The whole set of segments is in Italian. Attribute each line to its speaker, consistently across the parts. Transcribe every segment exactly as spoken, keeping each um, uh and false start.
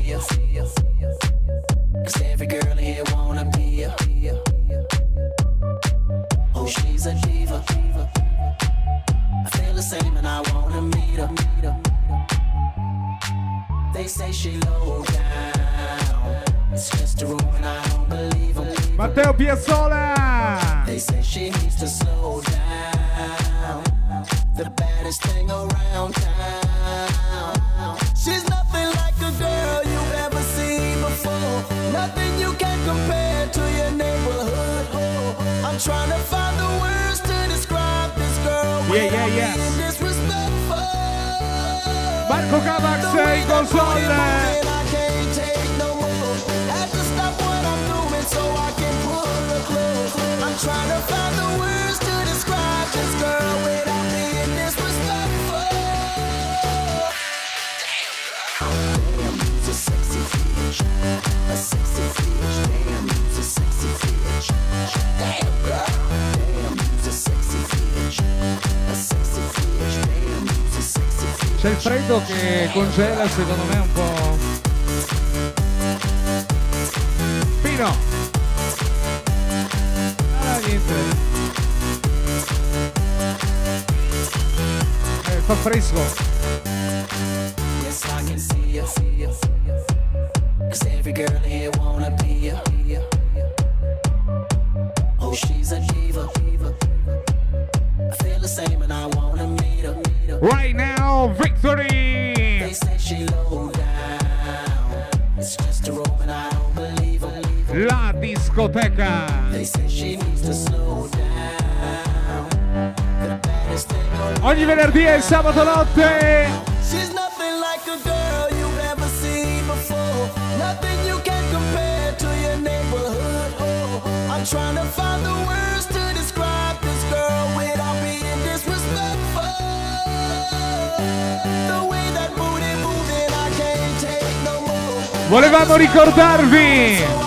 Speaker 1: see ya. Cause every girl in here wanna be ya. Oh, she's a diva. I feel the same and I wanna meet her. They say she low down. It's just a rumor and I don't believe her.
Speaker 2: Matteo Piazzola.
Speaker 1: They say she needs to slow down. The baddest thing around town. She's nothing like a girl you've ever seen before. Nothing you can compare to your neighborhood. I'm trying to find the words to describe this girl.
Speaker 2: Yeah, yeah, yeah.
Speaker 1: Disrespectful.
Speaker 2: Marco Cavax in console.
Speaker 1: I'm trying to find the words to describe this girl without being disrespectful. Damn, you's a sexy bitch. A sexy bitch. Damn, you's a sexy bitch. Damn, girl. Damn, you's a sexy bitch. A sexy bitch. Damn, you's a sexy bitch.
Speaker 2: C'è il freddo che congela secondo me un po'. Pino. Niente. Eh, fa fresco.
Speaker 1: Yes, I can see ya. Cause every girl here wanna be ya. Oh, she's a diva. I feel the same and I wanna meet her.
Speaker 2: Right now, victory.
Speaker 1: They say she low down. It's just a rope and I don't believe her.
Speaker 2: La discoteca. Ogni venerdì e sabato notte.
Speaker 1: She's nothing like a girl you've ever seen before. Nothing you can compare to your neighborhood. Oh, I'm trying to find the words to describe this girl without being disrespectful. The way that booty moving, I can't take no more.
Speaker 2: Volevamo ricordarvi.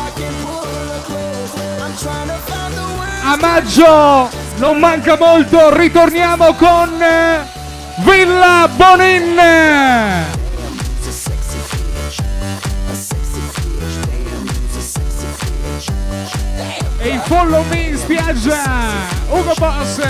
Speaker 2: A maggio non manca molto, ritorniamo con Villa Bonin. E il Follow Me in spiaggia, Ugo Boss.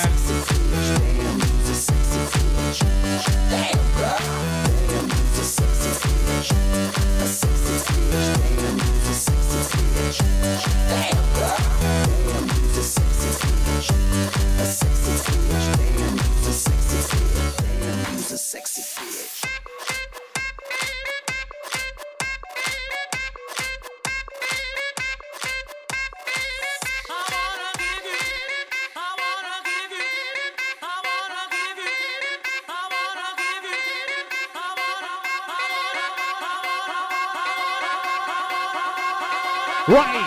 Speaker 2: Right.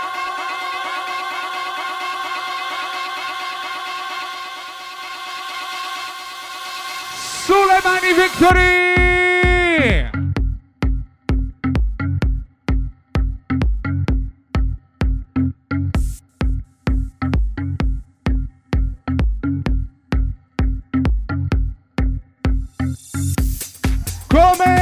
Speaker 2: Sulle mani, victory! Come?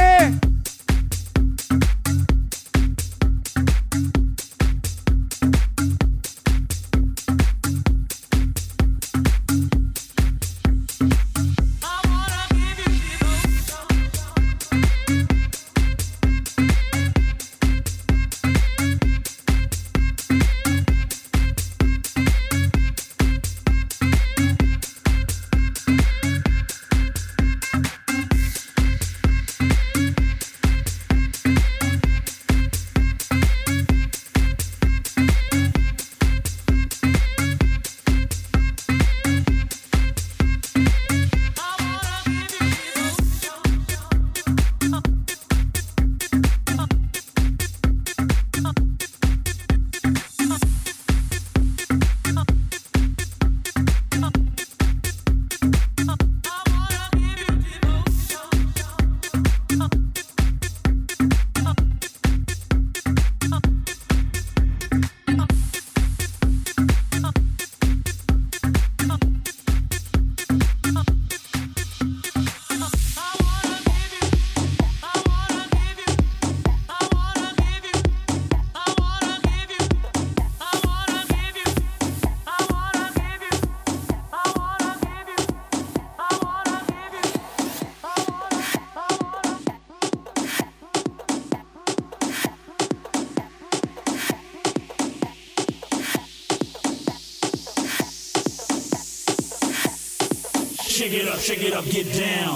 Speaker 3: shake it up, shake it up, get down.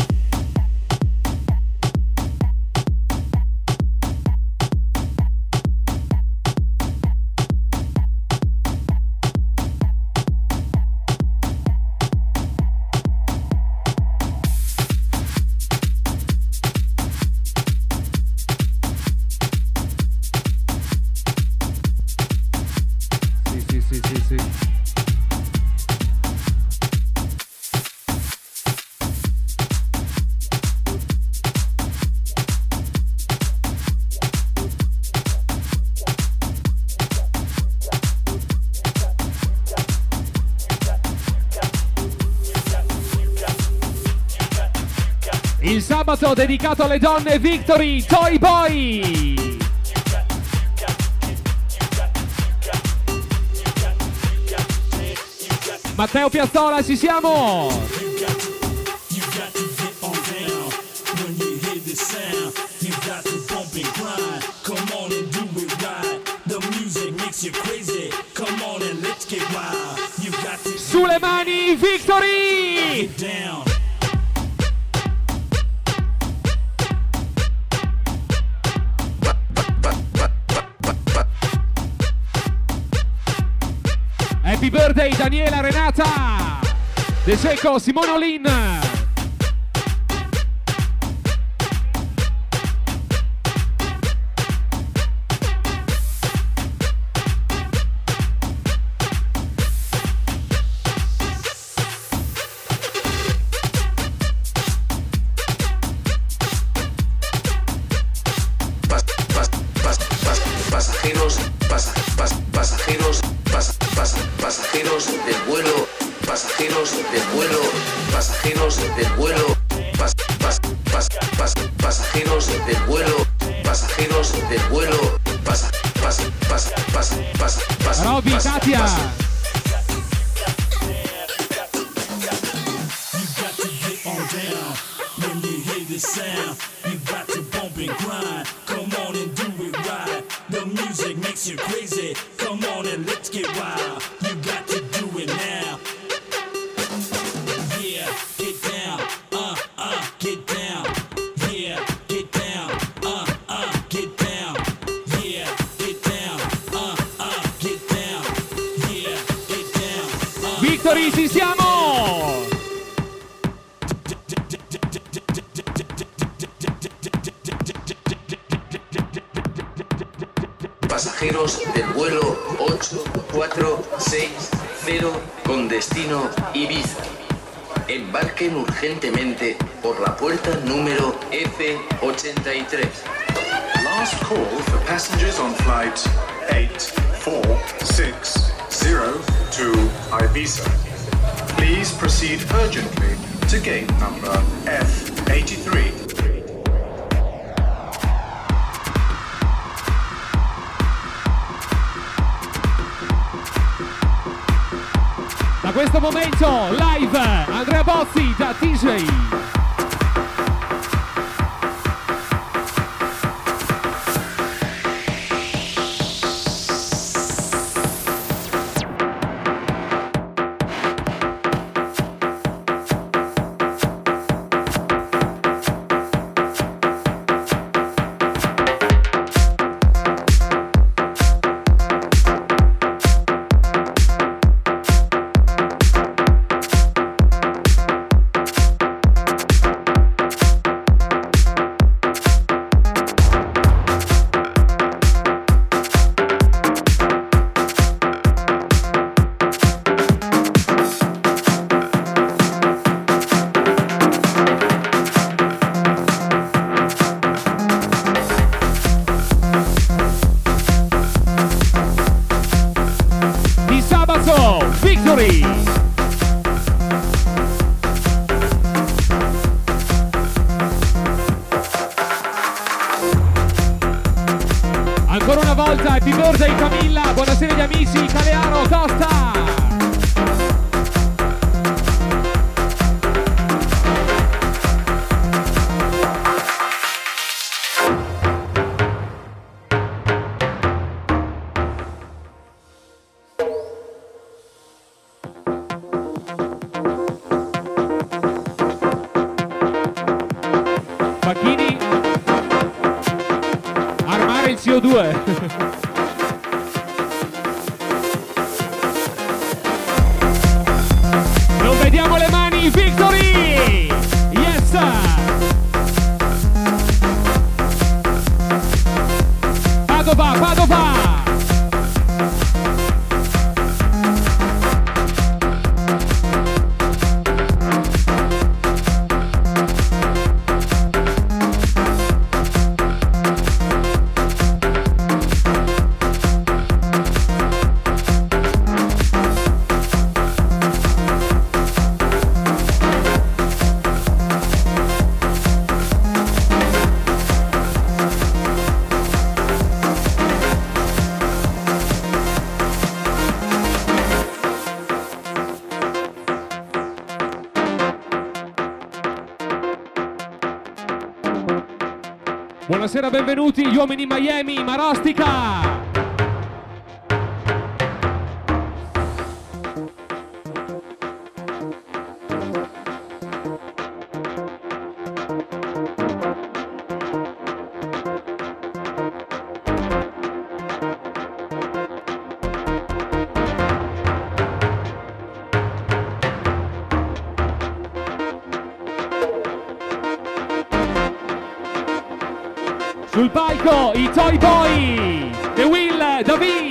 Speaker 2: Il sabato dedicato alle donne, Victory Toy Boy. Matteo Piazzola, ci siamo. Sulle mani, Victory. Happy birthday Daniela, Renata, De Seco, Simone Olin.
Speaker 4: Pasajeros, pasa, pas, pasajeros, pas, pas, pasajeros del vuelo, pasajeros del vuelo, pasajeros del vuelo, pas, pas, pas, pas, pasajeros del vuelo, pasajeros del vuelo, pasa, pas, pas, pas, pas, pas,
Speaker 2: Roby, Katia.
Speaker 3: You crazy, come on and let's get wild. You got to do it now. Yeah, get down, uh, uh, get down. Yeah, get down, uh, uh, get down. Yeah, get down, uh, uh, get down. Yeah, get down. Uh,
Speaker 2: Victory, ci siamo!
Speaker 4: Pasajeros del vuelo ocho cuatro seis cero con destino Ibiza. Embarquen urgentemente por la puerta número F ochenta y tres.
Speaker 5: Last call for passengers on flight eight four six zero to Ibiza. Please proceed urgently to gate number F eighty-three.
Speaker 2: Da questo momento, live, Andrea Bozzi da D J. Victory! Ancora una volta happy birthday Camilla, buonasera gli amici, Calearo, Costa! C O due. Non vediamo le mani, Victory! Yes! Padova, Padova! Buonasera, benvenuti gli uomini Miami, Marostica! Sul palco i Toy Boy, The Will, David.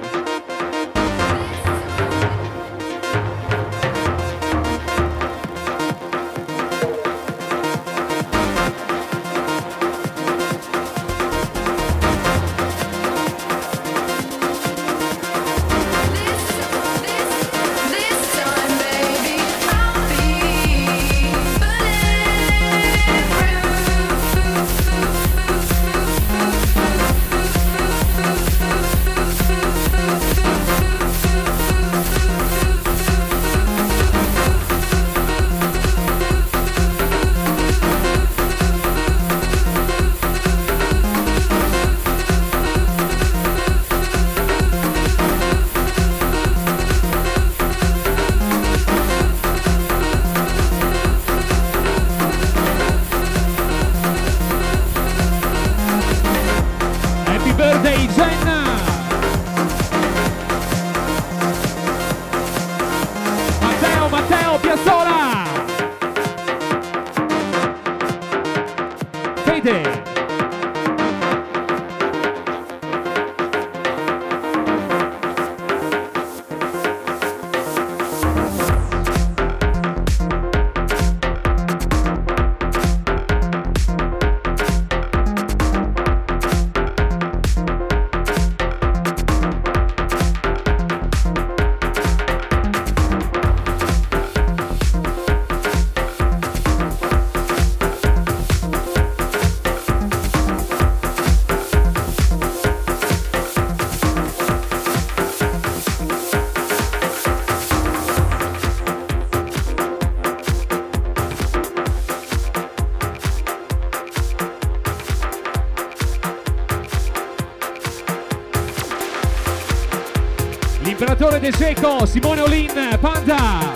Speaker 2: L'imperatore De Seco, Simone Olin, Panda.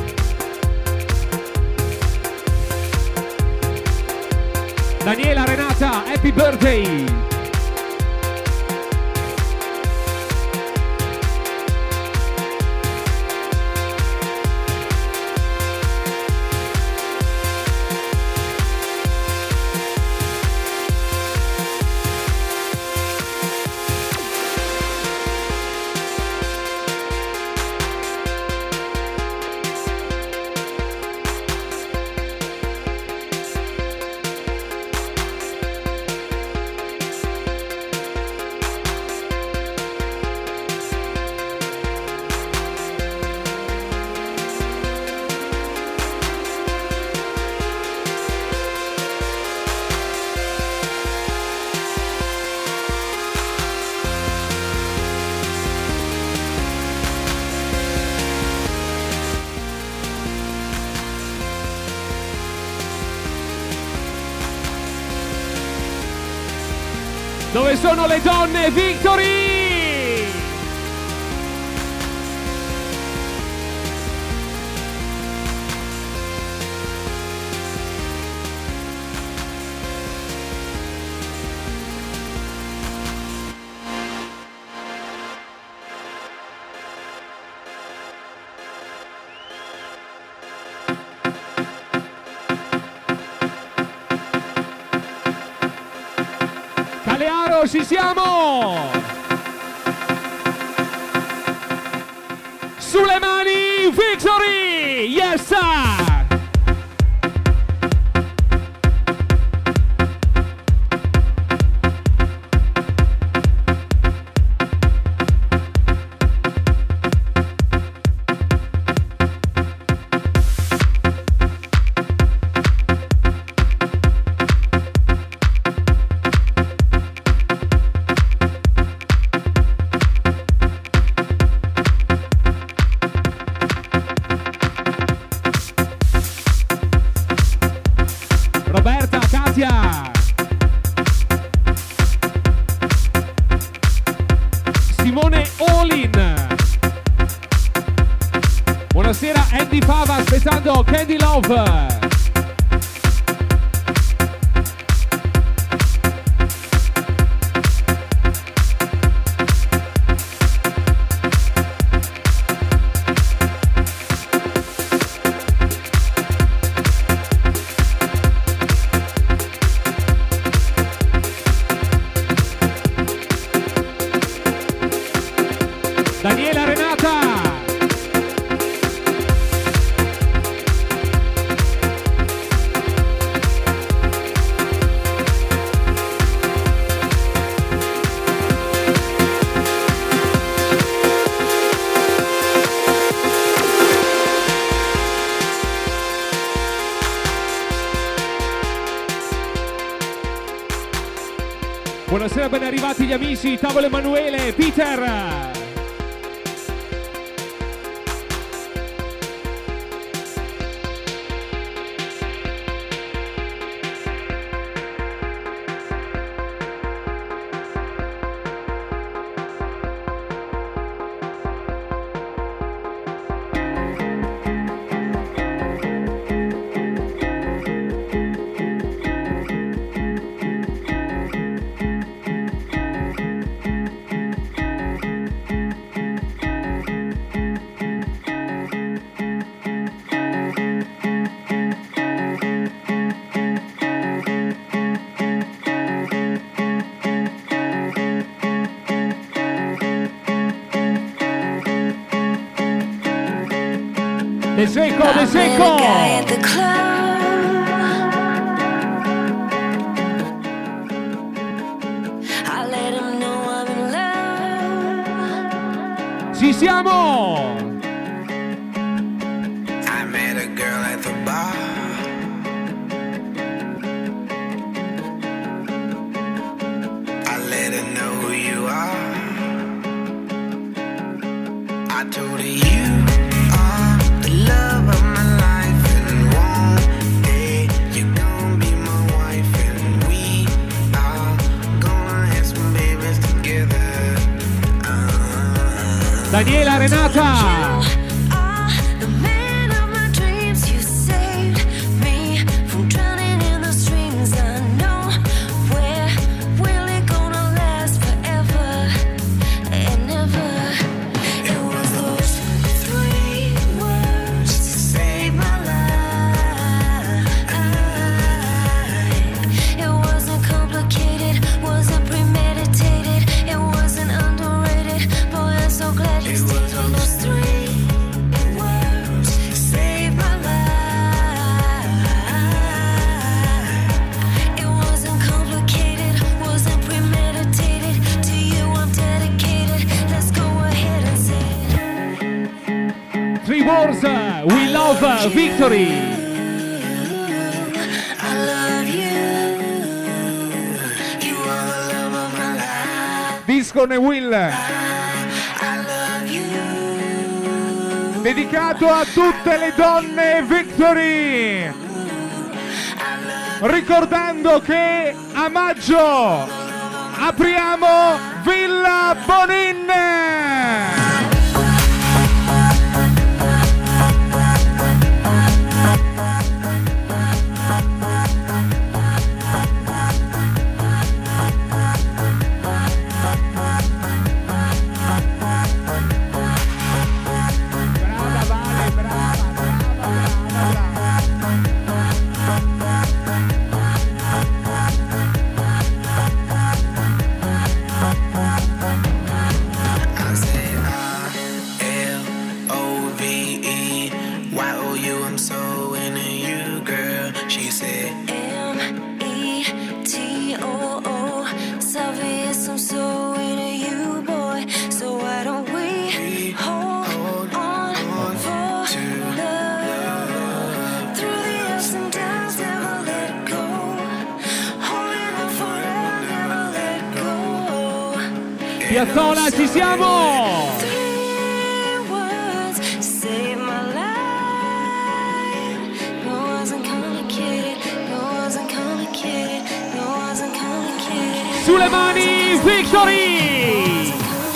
Speaker 2: Daniela, Renata, happy birthday. Dove sono le donne? Victory! Cagliaro, ci siamo! Sulle mani, Victory! Yes, sir!
Speaker 6: Simone Olin. Buonasera Andy Fava, aspettando Candy Love. Daniela Renata. Buonasera, ben arrivati gli amici, tavolo Emanuele, Peter. De Seco, De Seco! Ci siamo!
Speaker 1: I met a girl at the bar. I let her know who you are. I told her you love of my life, and one day you're gonna be my wife, and we are gonna have some babies together. uh,
Speaker 6: Daniela Renata. Three Wars, We Love Victory. Disco e Will. Dedicato a tutte le donne Victory. Ricordando che a maggio apriamo Villa Bonin.
Speaker 2: Piazzola, ci siamo! Sulle mani, Victory!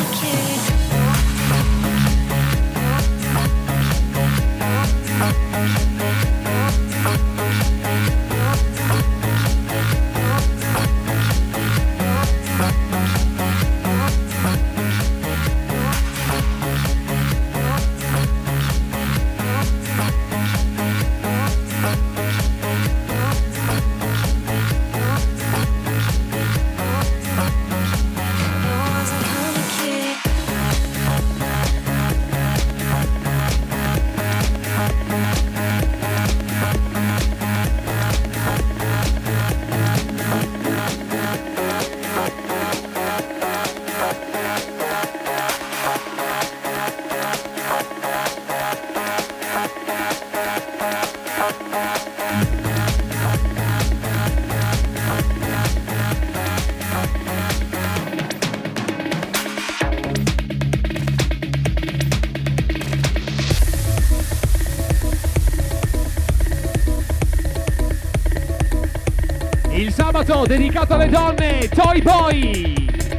Speaker 2: Il sabato dedicato alle donne, Toy Boy!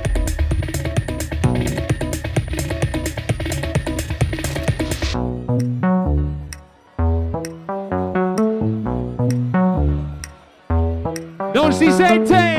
Speaker 2: Non si sente!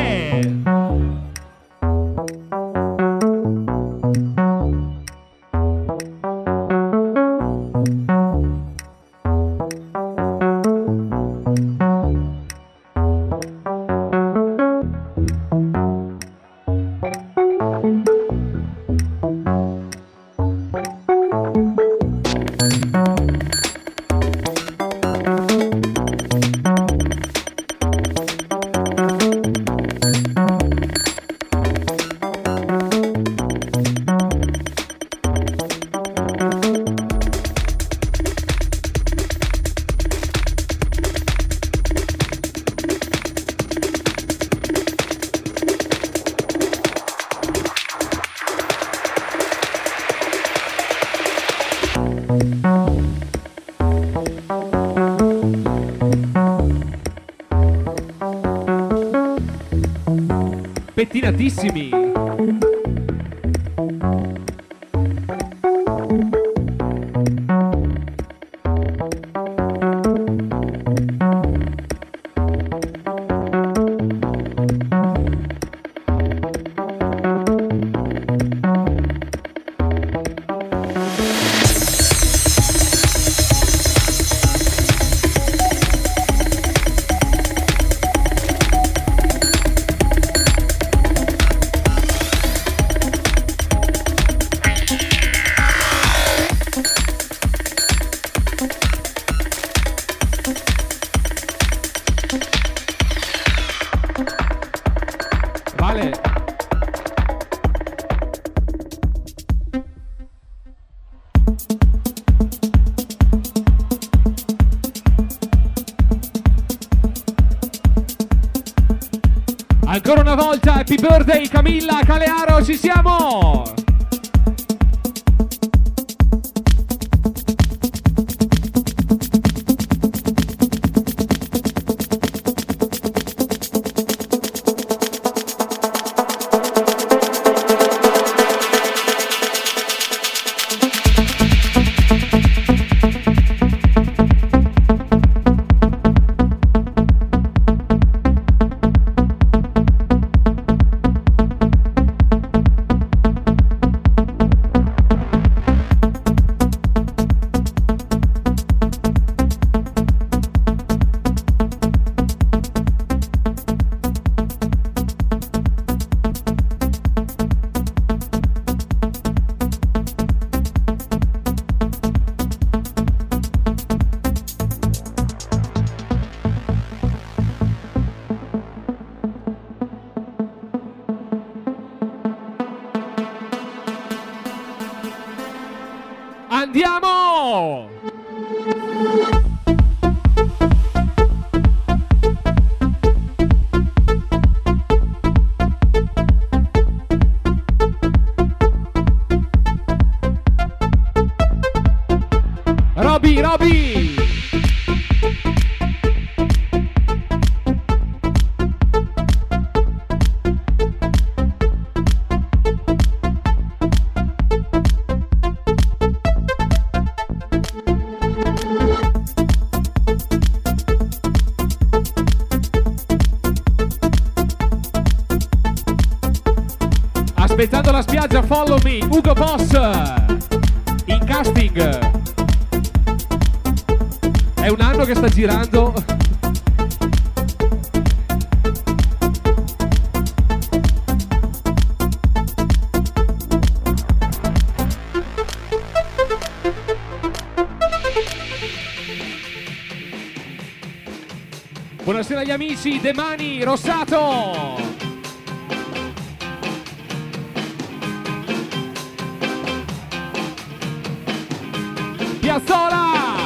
Speaker 2: Pettinatissimi! Vale. Ancora una volta, happy birthday Camilla Calearo, ci siamo! Andiamo! Roby! Aspettando la spiaggia, follow me, Ugo Boss in casting. È un anno che sta girando. Buonasera agli amici, De Mani, Rossato. Piazzola!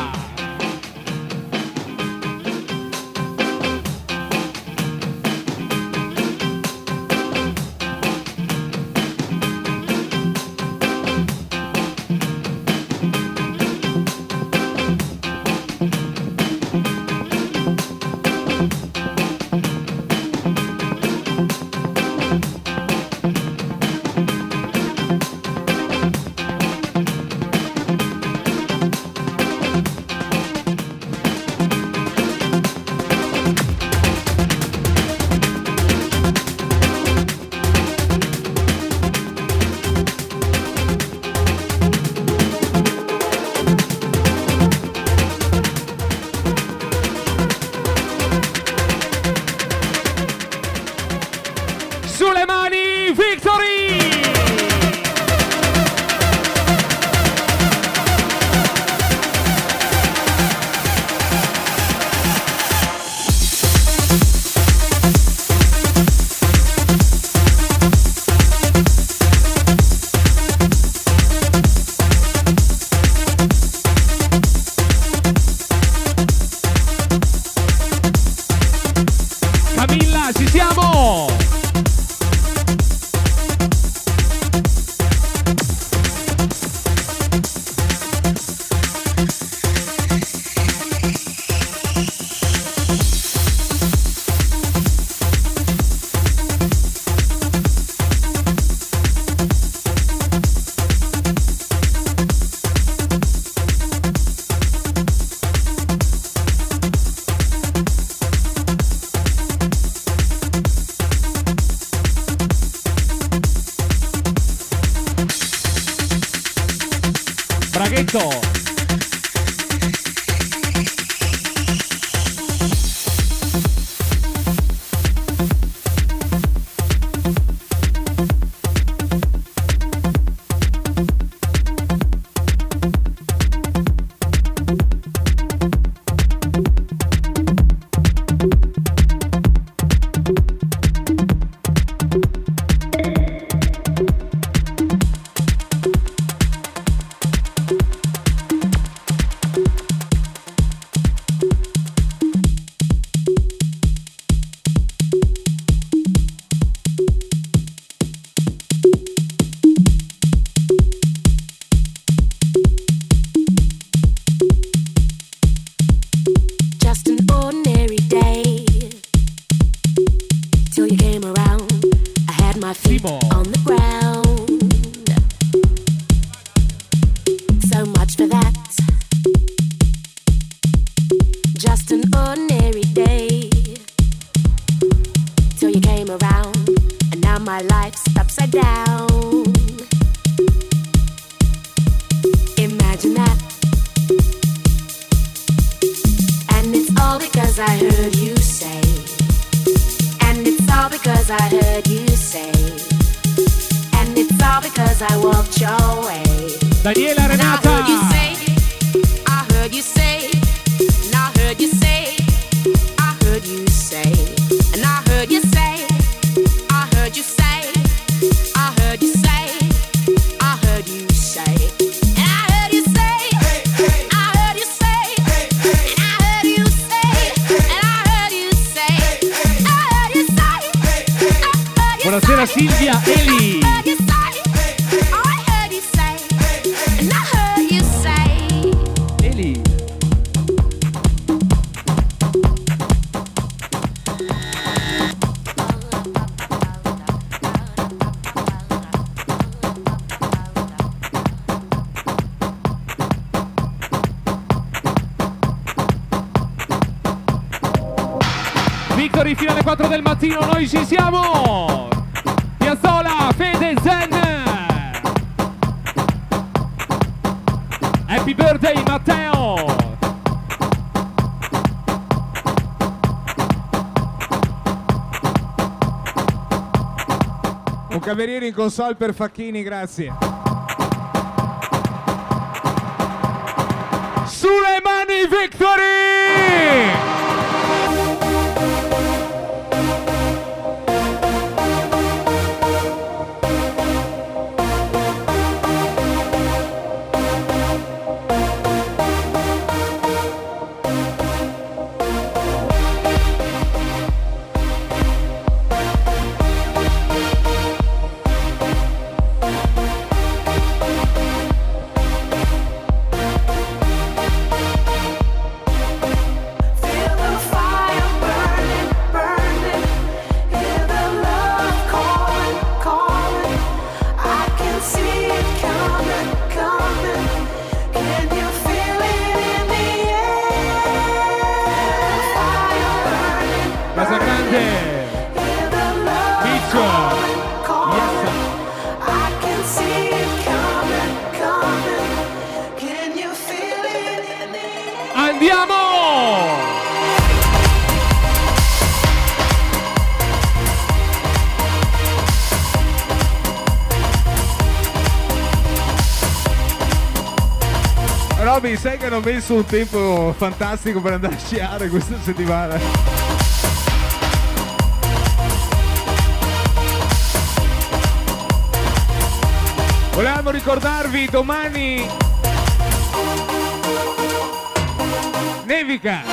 Speaker 2: Sulle mani, Victory! Camilla, ci siamo! Braghetto! Simo.
Speaker 7: On the ground. So much for that. Just an ordinary day till you came around, and now my life's upside down. Imagine that. And it's all because I heard you say. And it's all because I heard you say. And it's all because I walked your way.
Speaker 2: Daniela Renata.
Speaker 7: And I heard you say, I heard you say, and I heard you say, I heard you say, and I heard you say, I heard you say, I heard you say, I heard you say, and I heard you say, I heard you say, and I heard you say, and I heard you say, I heard you say, I heard you say.
Speaker 2: Buonasera Silvia, Eli.
Speaker 7: I heard you say, I heard you say, and I heard you say.
Speaker 2: qui fino alle quattro del mattino, noi ci siamo! Piazzola, Fede, Zen! Happy birthday Matteo!
Speaker 8: Un cameriere in console per Facchini, grazie.
Speaker 2: Sulle mani Victory!
Speaker 8: Roby, sai che hanno messo un tempo fantastico per andare a sciare questa settimana? Volevamo ricordarvi, domani nevica!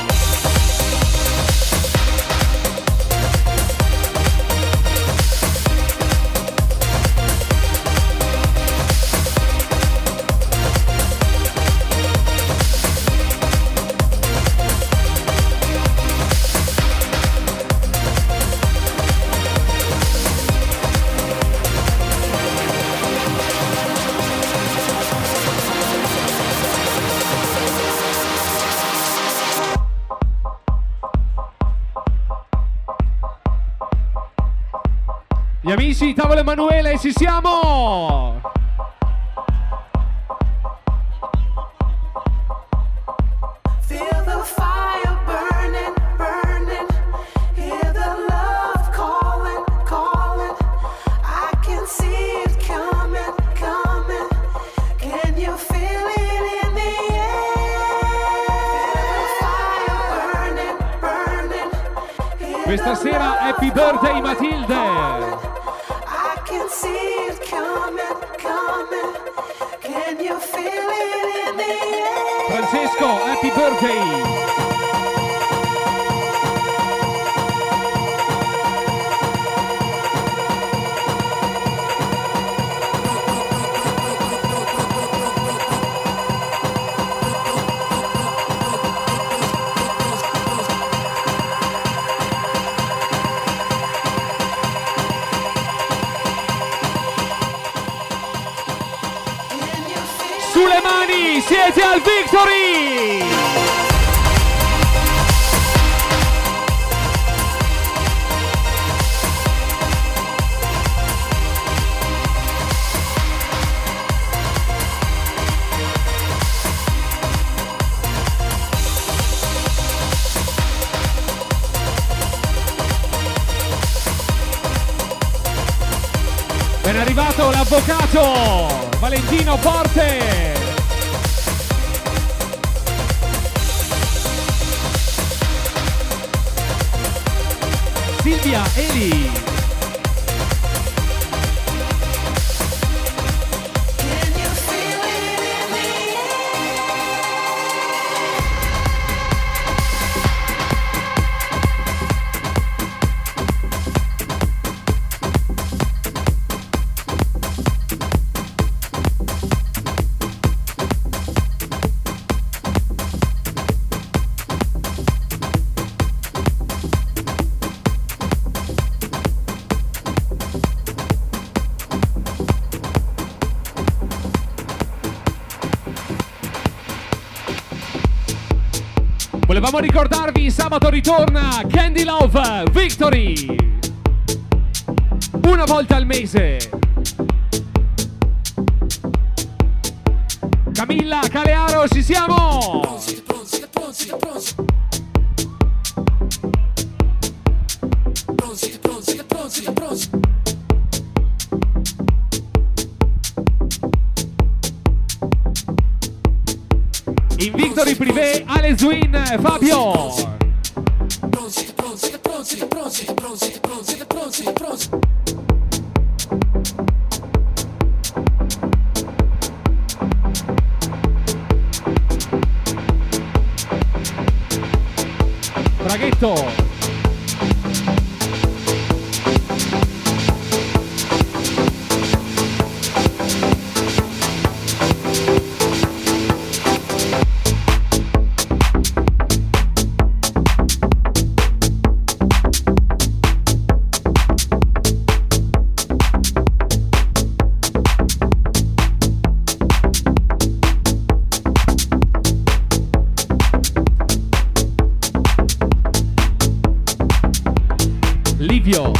Speaker 2: Gli amici, tavolo Emanuele, ci siamo!
Speaker 1: Feel the fire burning, burning. Hear the love calling, calling. I can see it coming, coming. Can you feel it in the air? Fire burning, burning.
Speaker 2: Questa sera Happy Birthday Matilde! Francesco, happy birthday! Sulle mani, siete al Victory! Ben arrivato l'avvocato Valentino Forte! Silvia Eli. Volevamo ricordarvi, sabato ritorna Candy Love Victory, una volta al mese. Camilla, Calearo, ci siamo! In Victory Privé, Alex Win, Fabio. Braghetto. Livio.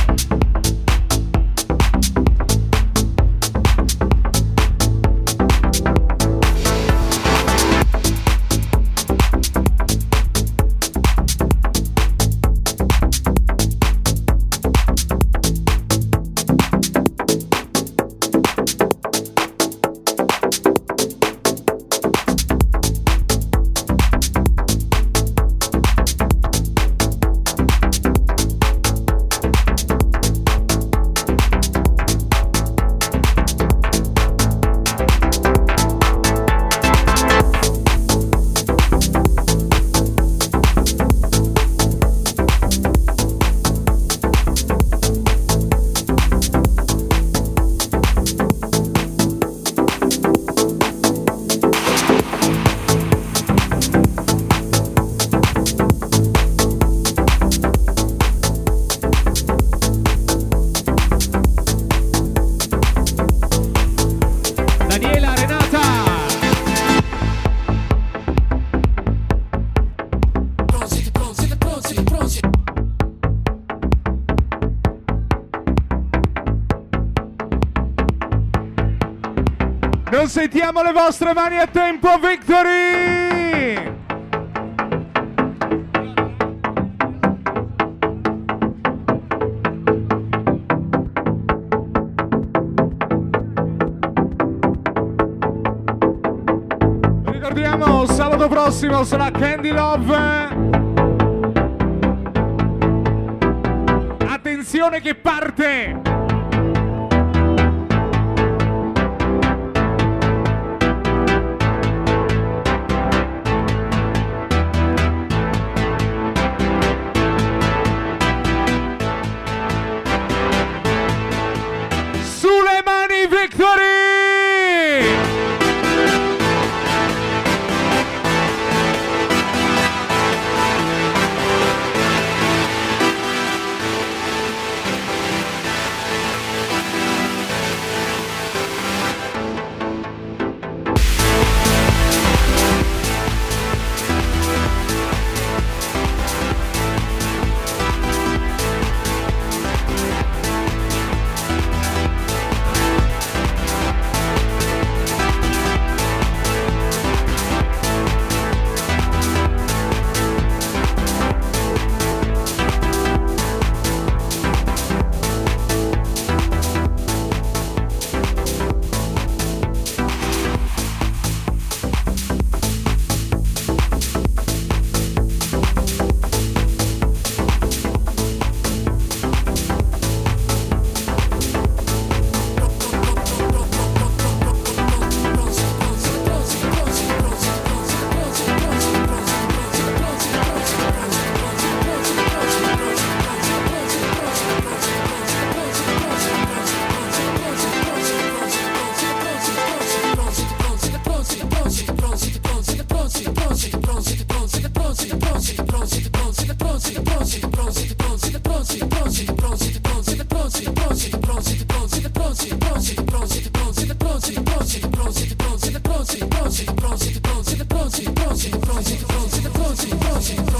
Speaker 8: Non sentiamo le vostre mani a tempo, Victory! Ricordiamo, sabato prossimo sarà Candy Love. Attenzione che parte!
Speaker 1: pronti, pronti, pronti, pronti, pronti, pronti, pronti, pronti, pronti,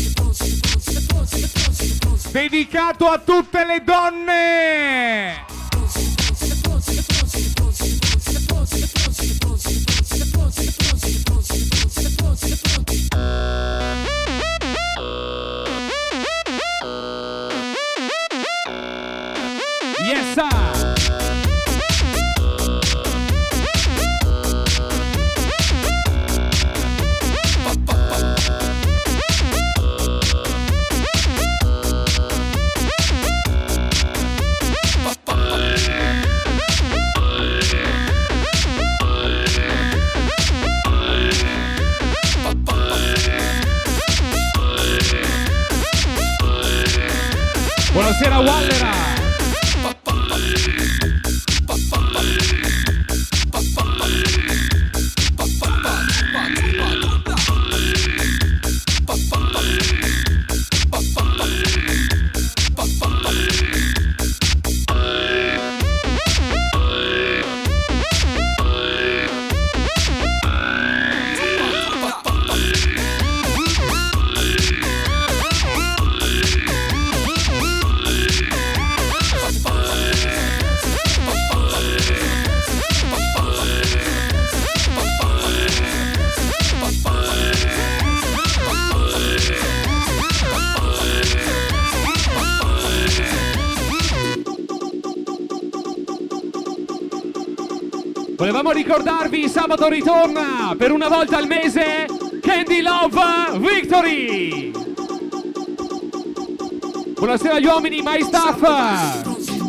Speaker 8: Dedicato a tutte le donne.
Speaker 2: Yes, sir. Buonasera Wallera. Volevamo ricordarvi, sabato ritorna per una volta al mese Candy Love Victory. Buonasera agli uomini, my staff.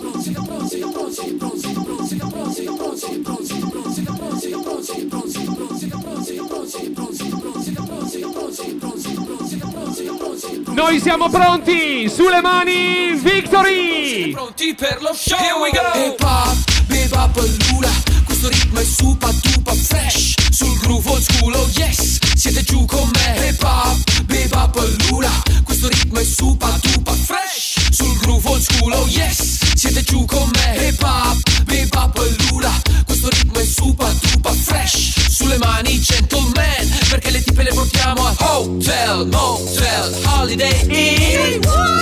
Speaker 2: Noi siamo pronti, sulle mani, Victory!
Speaker 3: Pronti per lo show? Here we go!
Speaker 9: Hip hop, bebop e lula, questo ritmo è super duper fresh. Sul groove old school, oh yes, siete giù con me. Hip hop, bebop e lula, questo ritmo è super duper fresh. Sul groove old school, oh yes, siete giù con me. Hip hop, bebop e lula, questo ritmo è super duper fresh. Sulle mani gentleman, perché le tipe le portiamo a hotel, motel, holiday inn.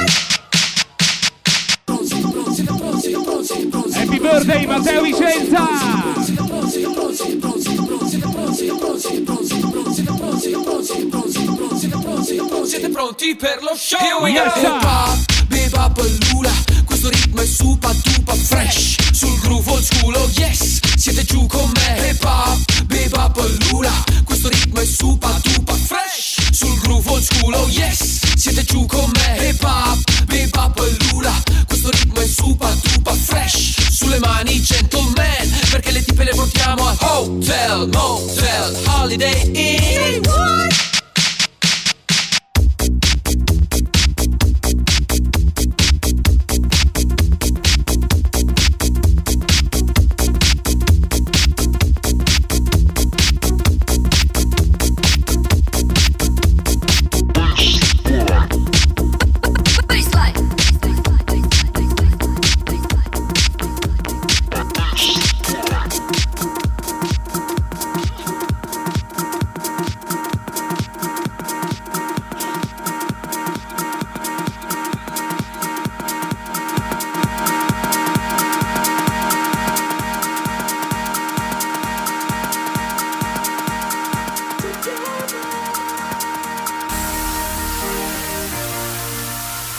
Speaker 2: Happy birthday Matteo Vicenza!
Speaker 3: Siete pronti per lo show?
Speaker 9: Here we
Speaker 2: Yes,
Speaker 9: go!
Speaker 2: sir.
Speaker 9: Hip hop, bebop e lula, questo ritmo è super duper fresh. Sul groove old school, oh yes, siete giù con me. Hip hop, bebop e lula, questo ritmo è super duper fresh. Sul groove old school, oh yes, siete giù con me. Hip hop, bebop e lula, questo ritmo è super duper fresh. Sulle mani gentleman, perché le tipe le portiamo a hotel, motel, holiday inn.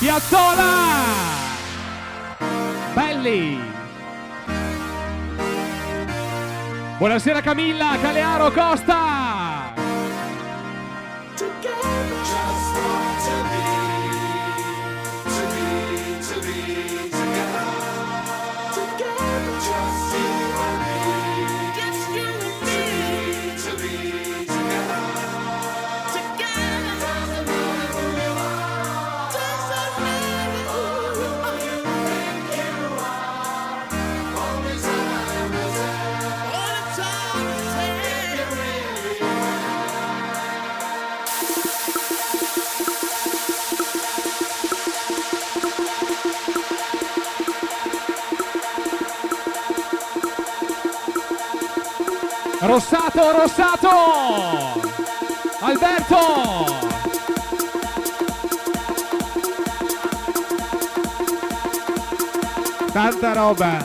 Speaker 2: Piazzola! Belli! Buonasera Camilla, Calearo, Costa! Rossato, Rossato! Alberto!
Speaker 8: Tanta roba.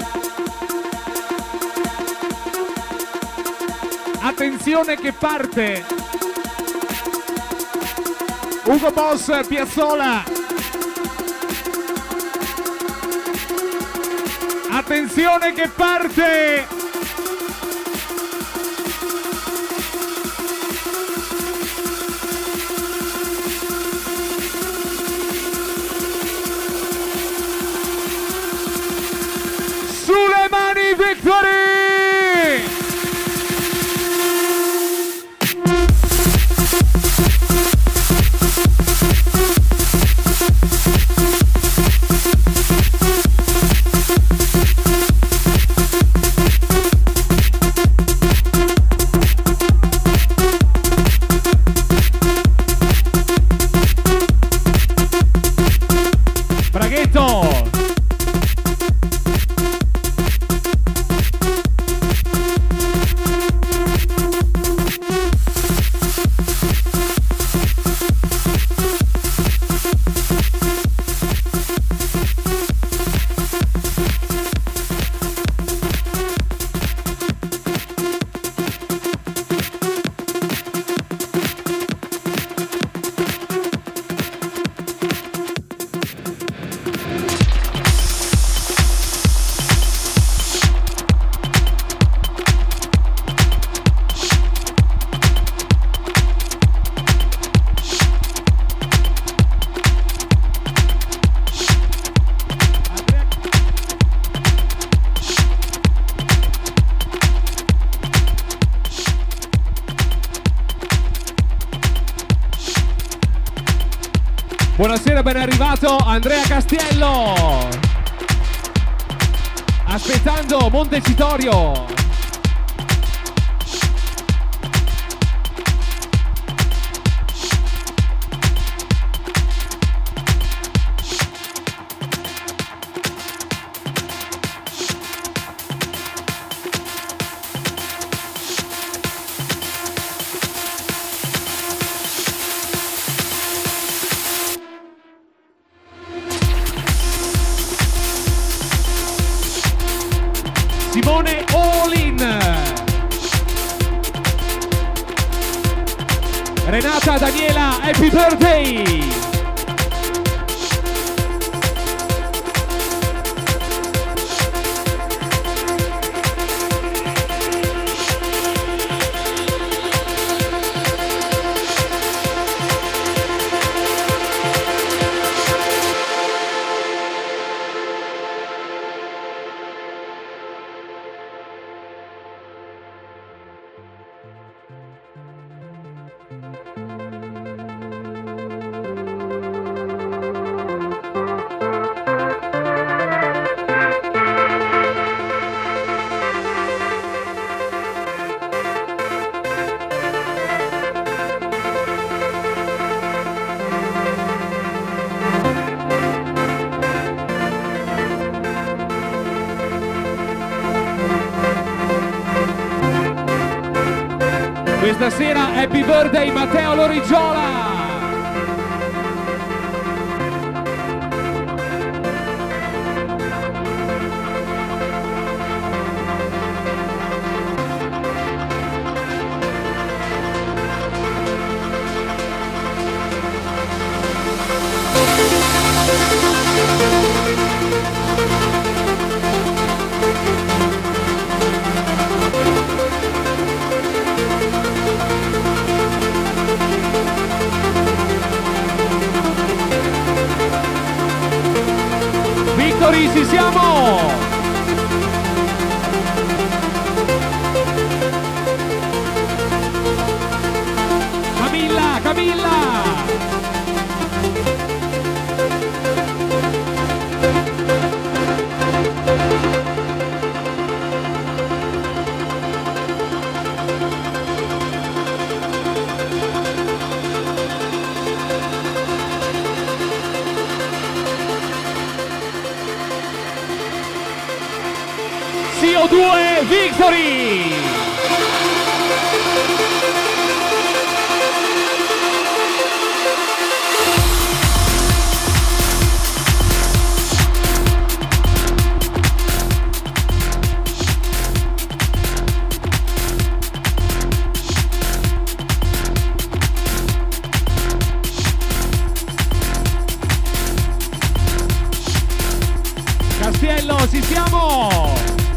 Speaker 8: Attenzione che parte. Ugo Boss, Piazzola. Attenzione che parte. Sulle mani Victory! Braghetto! Buonasera, ben arrivato Andrea Castiello. Aspettando Montecitorio. Simone Olin. Renata Daniela, happy birthday. Questa sera happy birthday Matteo Lorigiola.
Speaker 2: Victory, ci siamo! Camilla, Camilla! C O due Victory! Castiello, ci siamo!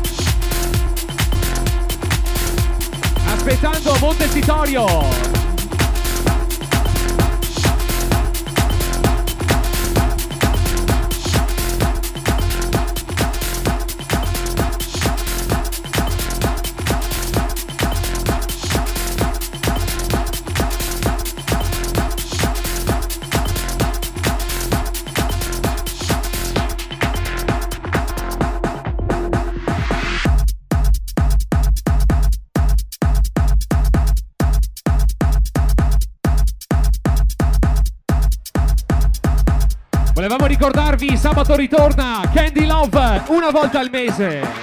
Speaker 2: Aspettando Montecitorio! Volevamo ricordarvi, sabato ritorna Candy Love una volta al mese.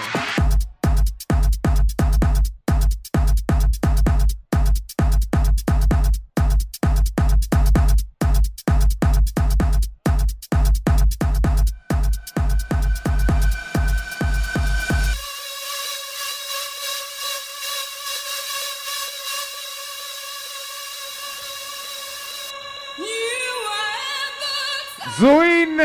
Speaker 8: Zuin!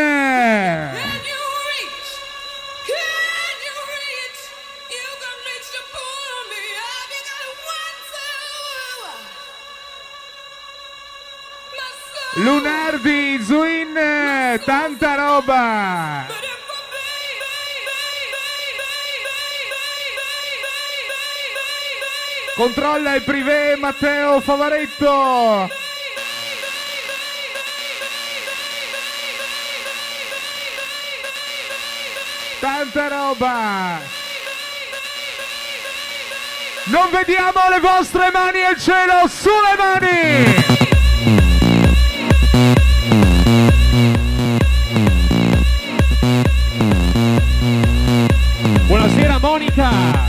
Speaker 8: Lunardi, Zuin, tanta roba! Controlla il privé Matteo Favaretto! Tanta roba! Non vediamo le vostre mani al cielo, sulle mani!
Speaker 2: Buonasera Monica!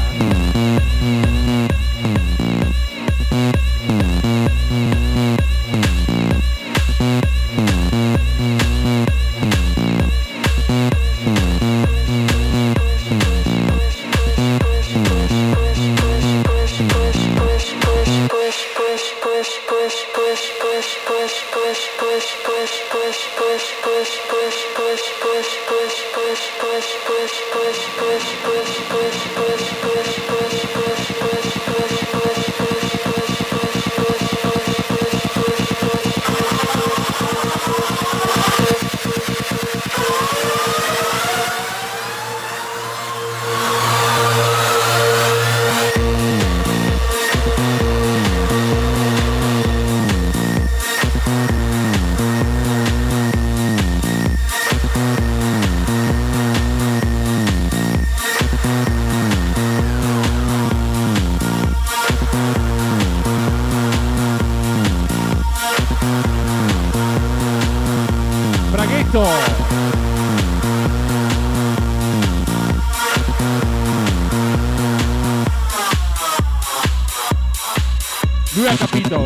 Speaker 2: Lui ha capito.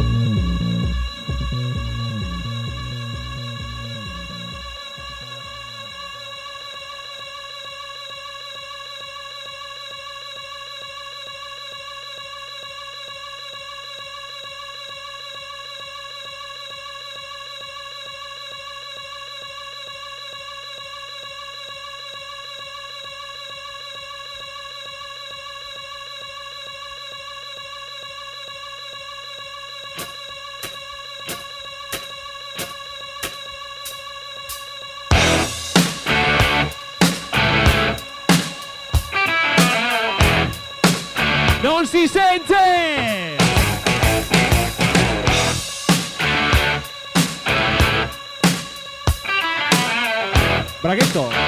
Speaker 2: Non si sente! Braghetto!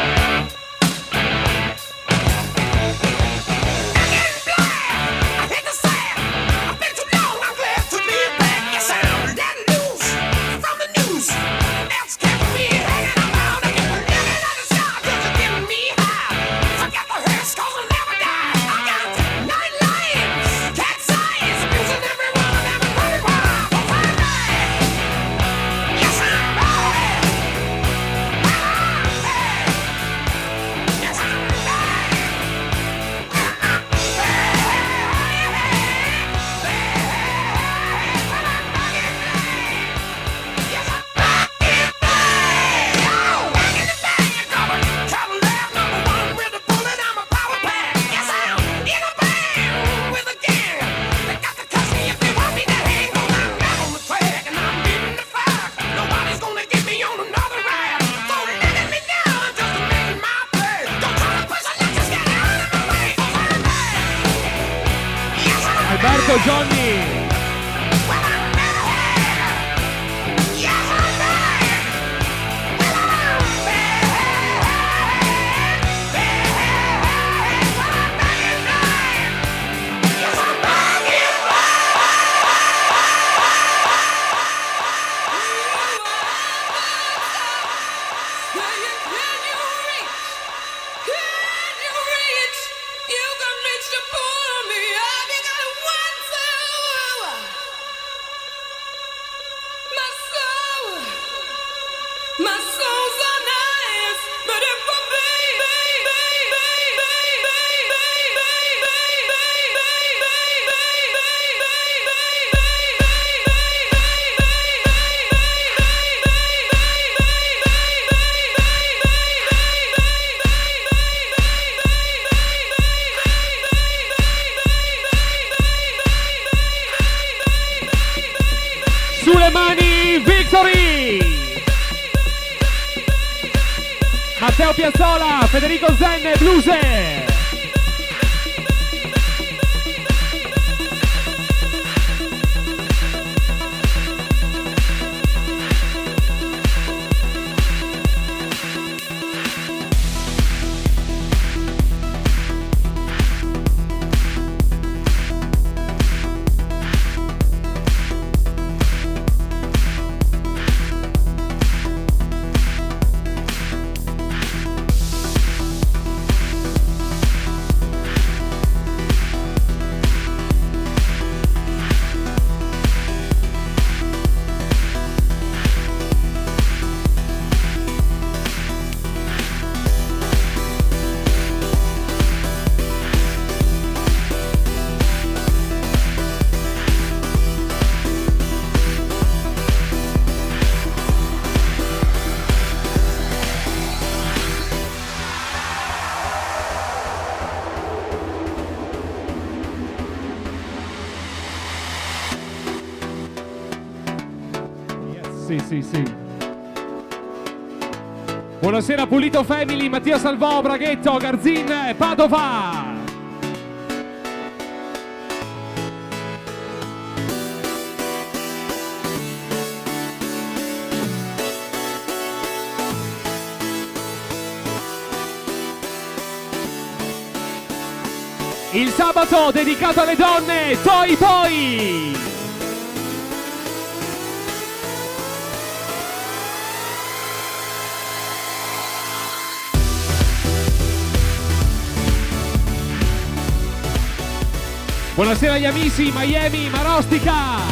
Speaker 2: Alberto Johnny! Sulle mani, Victory! Matteo Piazzola, Federico Zenne, Bluse! Sì, sì, sì. Buonasera Pulito Family, Mattia Salvò, Braghetto, Garzin, Padova. Il sabato dedicato alle donne, Toi Toi. Buonasera agli amici Miami, Marostica!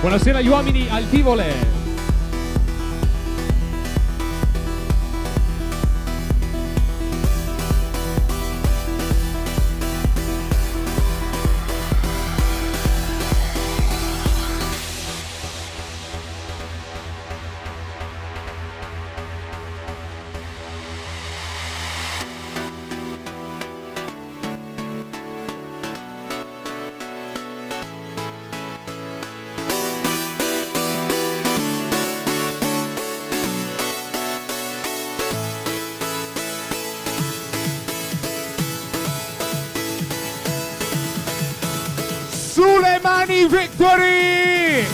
Speaker 2: Buonasera agli uomini al Tivole.
Speaker 8: Sulle mani, Victory!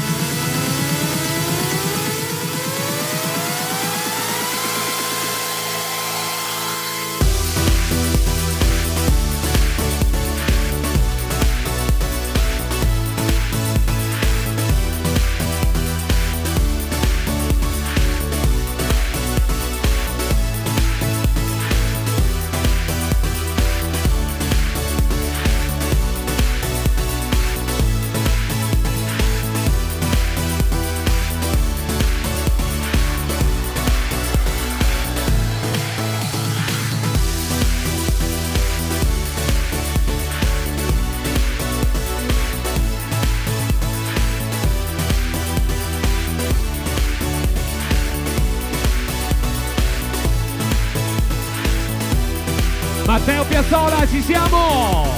Speaker 2: Matteo Piazzola, ci siamo!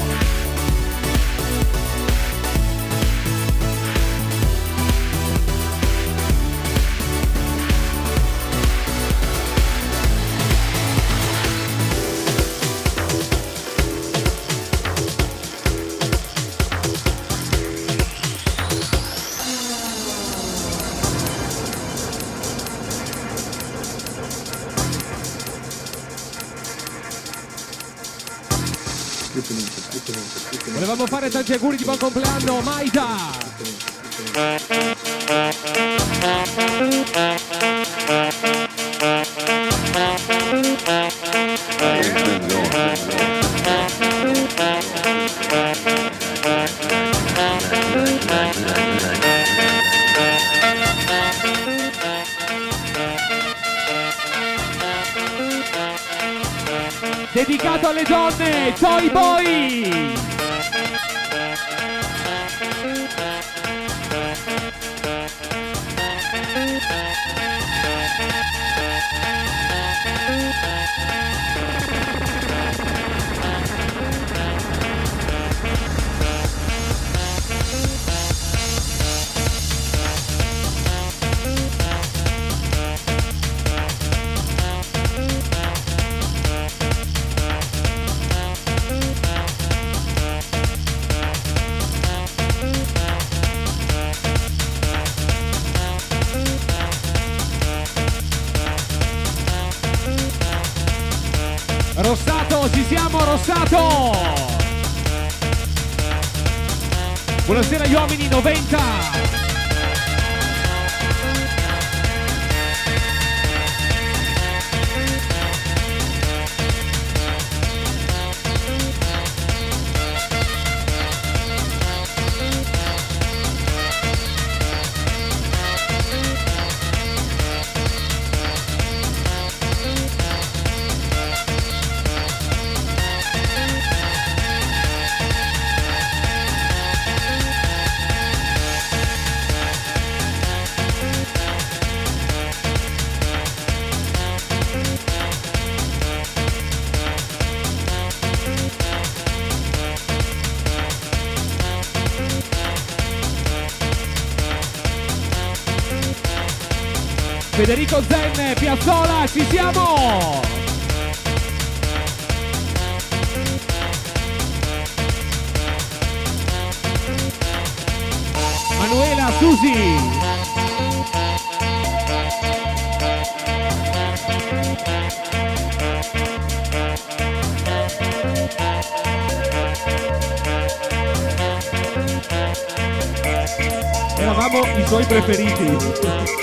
Speaker 2: Volevamo fare tanti auguri di buon compleanno, Maida! Dedicato alle donne, Toy Boy! Rossato, ci siamo, Rossato! Buonasera agli uomini novanta! Federico Zen, Piazzola, ci siamo! Manuela, Susi! Eravamo i suoi preferiti.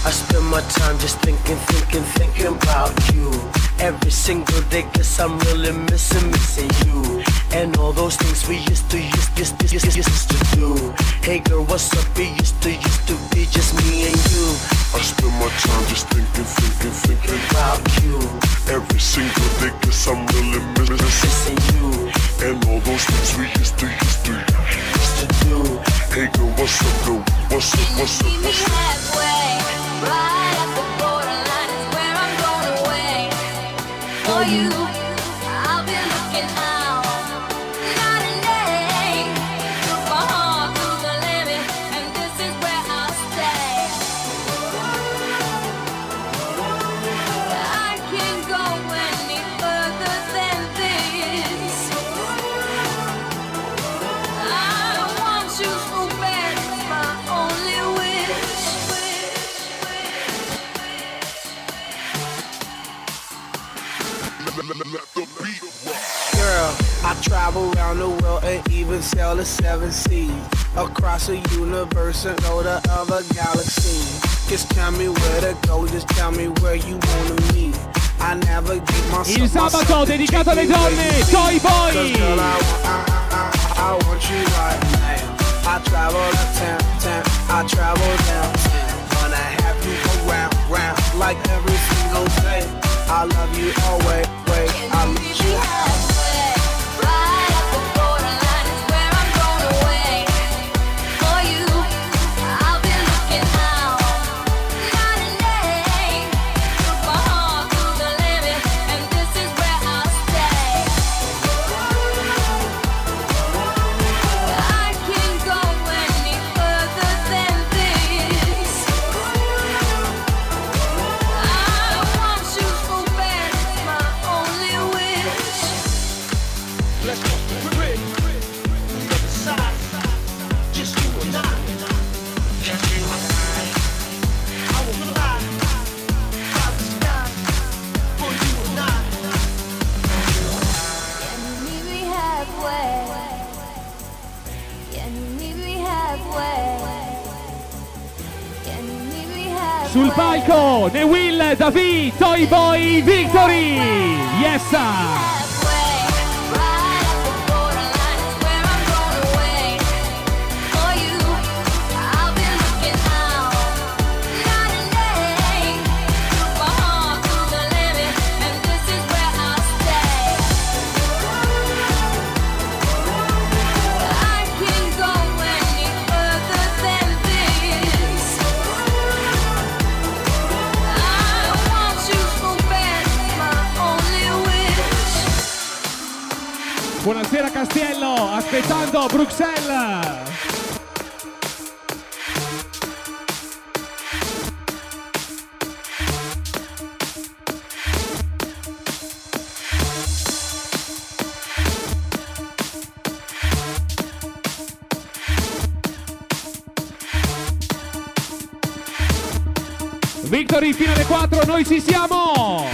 Speaker 1: I spend my time just thinking, thinking, thinking about you. Every single day, guess I'm really missing, missing you. And all those things we used to, used, used, used, used, used to do. Hey girl, what's up? It used to, used to be just me and you.
Speaker 10: I spend my time just thinking, thinking, thinking
Speaker 1: about you.
Speaker 10: Every single day, guess I'm really missing
Speaker 1: you.
Speaker 10: And all those things we used to, used to,
Speaker 1: used to do.
Speaker 10: Hey girl, what's up, girl? What's up, what's up, what's up?
Speaker 7: Halfway, right at the borderline is where I'm going away. For you, I've been looking out night and day. Took my heart to the limit, and this is where I'll stay. I can't go any further than this. I want you so bad, it's my only wish.
Speaker 1: Girl, I travel around the world and even sail the seven seas. Across the universe and go to other galaxies. Just tell me where to go, just tell me where you wanna meet. I never give myself.
Speaker 2: Il sabato dedicato alle donne, Toy Boy.
Speaker 1: Girl, I, I, I, I want you right now. I travel uptown, town, I travel downtown. Wanna have you go round, round like every single day. I love you always, wait, I'll meet you halfway.
Speaker 7: Right at the borderline is where I'm going away. For you, I've been looking out night and day. Took my heart to the limit, and this is where I'll stay. I can't go any further than this. I want you so bad, it's my only wish.
Speaker 1: Let's go. We're ready. Other side. Just you and I. Just you and I. I will fly. Out the sky. For you and I.
Speaker 7: Can you meet me halfway? Can you meet me halfway? Can you meet me halfway?
Speaker 2: Sul palco, The Will, David, Toy Boy, Victory. Yes, sir.
Speaker 7: Halfway, right at the borderline is where I'm going away. For you, I've been looking out night and day. Took my heart to the limit, and this is where I'll stay. I can't go any further than this. I want you so bad, it's my only wish.
Speaker 2: Buonasera Castiello, aspettando Bruxelles. Victory fino alle quattro, noi ci siamo!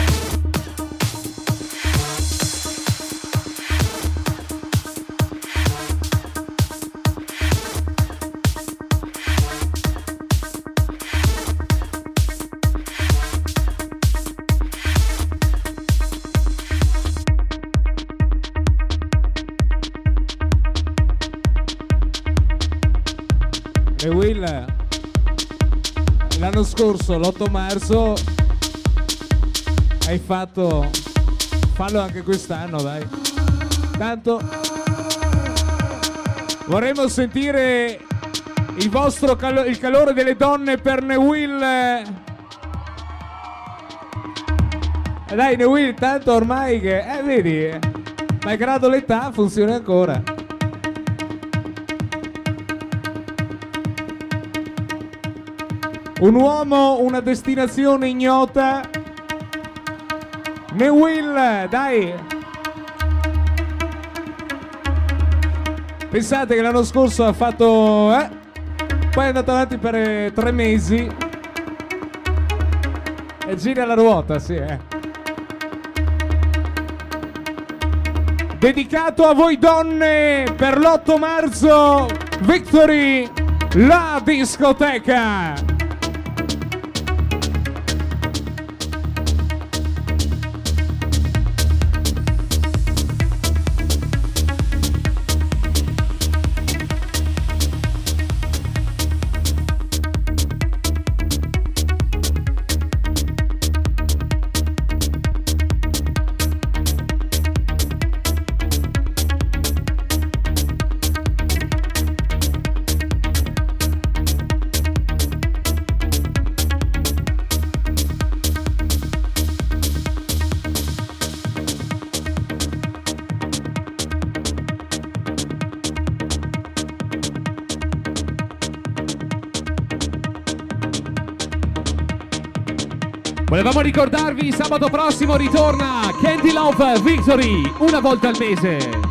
Speaker 8: E Will, l'anno scorso, l'otto marzo, hai fatto, fallo anche quest'anno, dai. Tanto vorremmo sentire il vostro calo- il calore delle donne per Newill. Eh, dai Newill, tanto ormai che, eh vedi, eh, malgrado l'età funziona ancora. Un uomo, una destinazione ignota. Newill, dai. Pensate che l'anno scorso ha fatto... Eh? Poi è andato avanti per eh, tre mesi. E gira la ruota, sì, eh. Dedicato a voi donne per l'otto marzo. Victory, la discoteca.
Speaker 2: Volevamo ricordarvi, sabato prossimo ritorna Candy Love Victory, una volta al mese.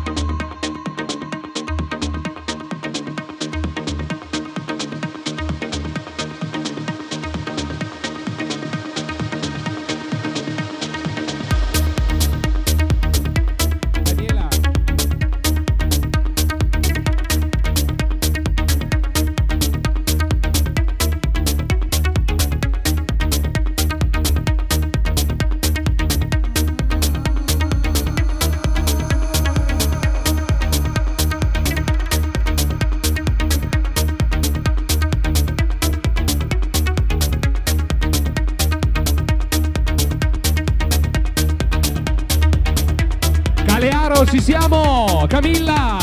Speaker 2: Ci siamo, Camilla!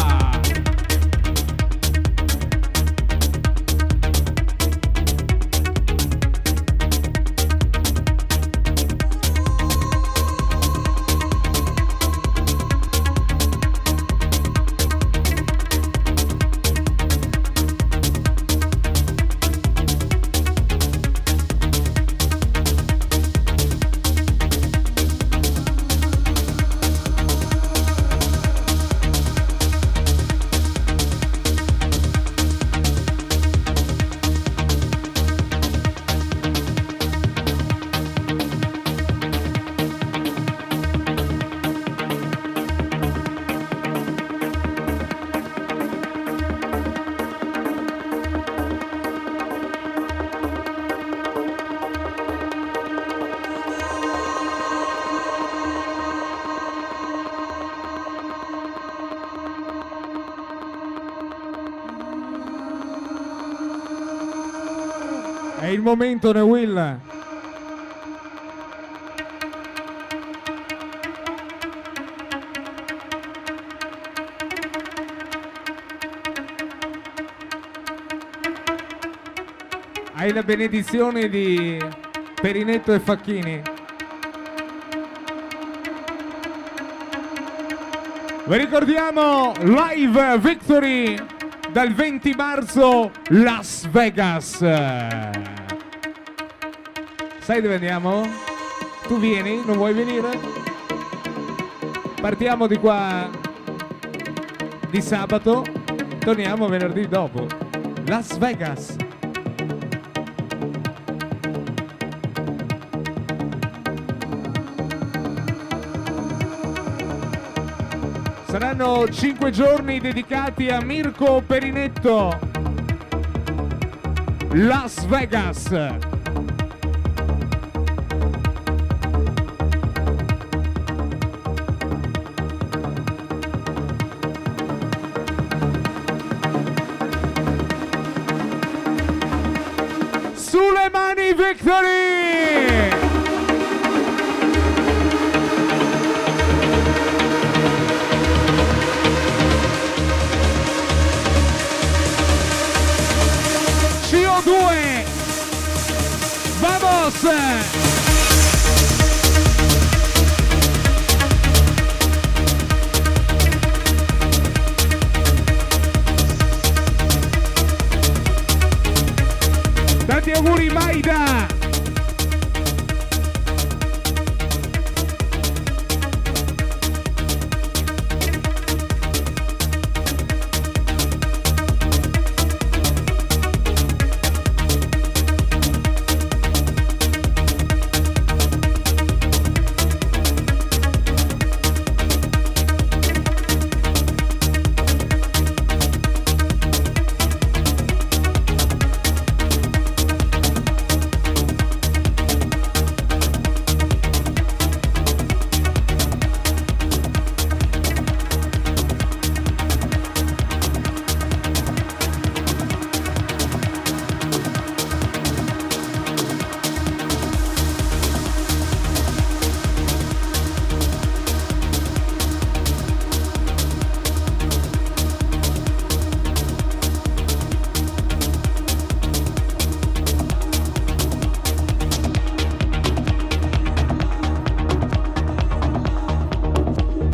Speaker 8: È il momento, Neuil. Hai la benedizione di Perinetto e Facchini. Vi ricordiamo Live Victory dal venti marzo, Las Vegas. Sai dove andiamo? Tu vieni? Non vuoi venire? Partiamo di qua di sabato, torniamo venerdì dopo. Las Vegas. Saranno cinque giorni dedicati a Mirko Perinetto. Las Vegas. Sulle mani Victory! C O due! Vamos! Tanti auguri Maida!